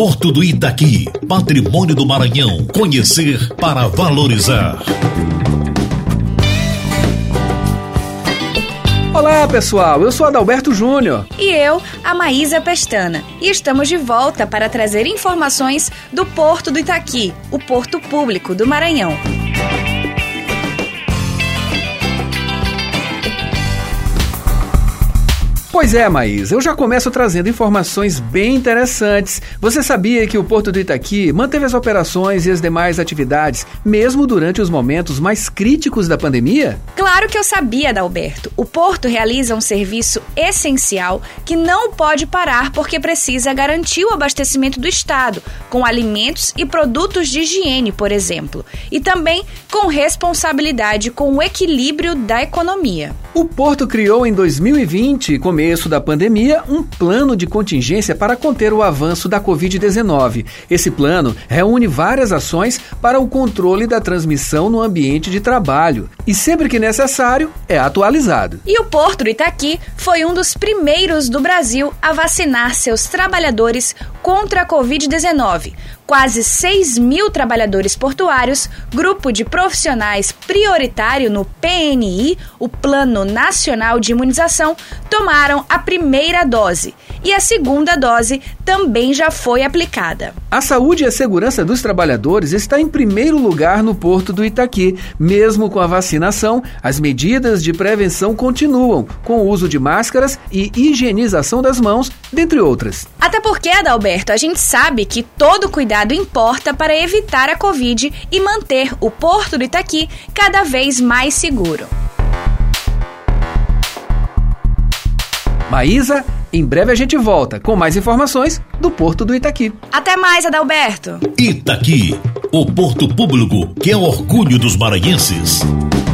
Porto do Itaqui, patrimônio do Maranhão. Conhecer para valorizar. Olá pessoal, eu sou Adalberto Júnior. E eu, a Maísa Pestana. E estamos de volta para trazer informações do Porto do Itaqui, o porto público do Maranhão. Pois é, Maísa, eu já começo trazendo informações bem interessantes. Você sabia que o Porto do Itaqui manteve as operações e as demais atividades, mesmo durante os momentos mais críticos da pandemia? Claro que eu sabia, Adalberto. O Porto realiza um serviço essencial que não pode parar porque precisa garantir o abastecimento do Estado, com alimentos e produtos de higiene, por exemplo, e também com responsabilidade com o equilíbrio da economia. O Porto criou em 2020, começo da pandemia, um plano de contingência para conter o avanço da Covid-19. Esse plano reúne várias ações para o controle da transmissão no ambiente de trabalho e, sempre que necessário, é atualizado. E o Porto do Itaqui foi um dos primeiros do Brasil a vacinar seus trabalhadores contra a Covid-19. Quase 6.000 trabalhadores portuários, grupo de profissionais prioritário no PNI, o Plano Nacional de Imunização, tomaram a primeira dose. E a segunda dose também já foi aplicada. A saúde e a segurança dos trabalhadores está em primeiro lugar no Porto do Itaqui. Mesmo com a vacinação, as medidas de prevenção continuam, com o uso de máscaras e higienização das mãos, dentre outras. Até porque, Adalberto, a gente sabe que todo cuidado importa para evitar a Covid e manter o Porto do Itaqui cada vez mais seguro. Maísa, em breve a gente volta com mais informações do Porto do Itaqui. Até mais, Adalberto. Itaqui, o porto público que é orgulho dos maranhenses.